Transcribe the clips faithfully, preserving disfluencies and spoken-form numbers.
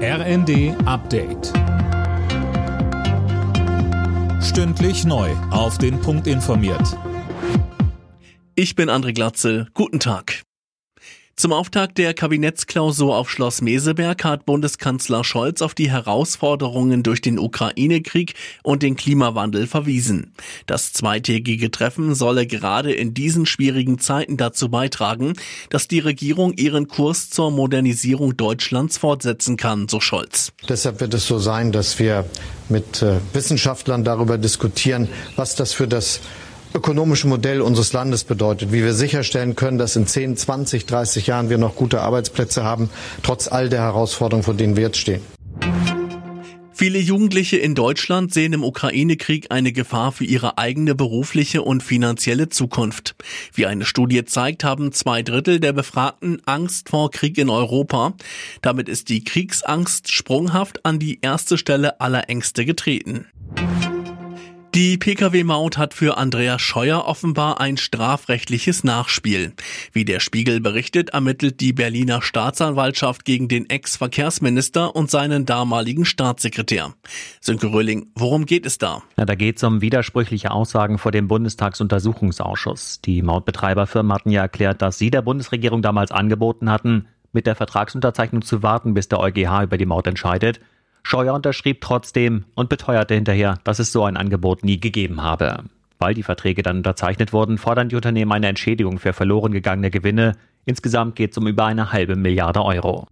R N D Update. Stündlich neu auf den Punkt informiert. Ich bin André Glatzel. Guten Tag. Zum Auftakt der Kabinettsklausur auf Schloss Meseberg hat Bundeskanzler Scholz auf die Herausforderungen durch den Ukraine-Krieg und den Klimawandel verwiesen. Das zweitägige Treffen solle gerade in diesen schwierigen Zeiten dazu beitragen, dass die Regierung ihren Kurs zur Modernisierung Deutschlands fortsetzen kann, so Scholz. Deshalb wird es so sein, dass wir mit äh, Wissenschaftlern darüber diskutieren, was das für das ökonomische Modell unseres Landes bedeutet, wie wir sicherstellen können, dass in zehn, zwanzig, dreißig Jahren wir noch gute Arbeitsplätze haben, trotz all der Herausforderungen, vor denen wir jetzt stehen. Viele Jugendliche in Deutschland sehen im Ukraine-Krieg eine Gefahr für ihre eigene berufliche und finanzielle Zukunft. Wie eine Studie zeigt, haben zwei Drittel der Befragten Angst vor Krieg in Europa. Damit ist die Kriegsangst sprunghaft an die erste Stelle aller Ängste getreten. Die Pkw-Maut hat für Andreas Scheuer offenbar ein strafrechtliches Nachspiel. Wie der Spiegel berichtet, ermittelt die Berliner Staatsanwaltschaft gegen den Ex-Verkehrsminister und seinen damaligen Staatssekretär. Sönke Röhling, worum geht es da? Ja, da geht es um widersprüchliche Aussagen vor dem Bundestagsuntersuchungsausschuss. Die Mautbetreiberfirmen hatten ja erklärt, dass sie der Bundesregierung damals angeboten hatten, mit der Vertragsunterzeichnung zu warten, bis der EuGH über die Maut entscheidet. Scheuer unterschrieb trotzdem und beteuerte hinterher, dass es so ein Angebot nie gegeben habe. Weil die Verträge dann unterzeichnet wurden, fordern die Unternehmen eine Entschädigung für verloren gegangene Gewinne. Insgesamt geht es um über eine halbe Milliarde Euro.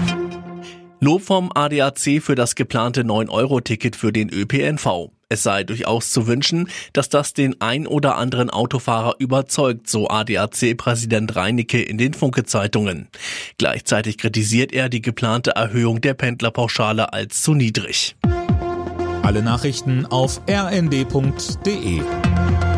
Lob vom A D A C für das geplante neun Euro Ticket für den Ö P N V. Es sei durchaus zu wünschen, dass das den ein oder anderen Autofahrer überzeugt, so A D A C-Präsident Reinicke in den Funke-Zeitungen. Gleichzeitig kritisiert er die geplante Erhöhung der Pendlerpauschale als zu niedrig. Alle Nachrichten auf r n d punkt d e.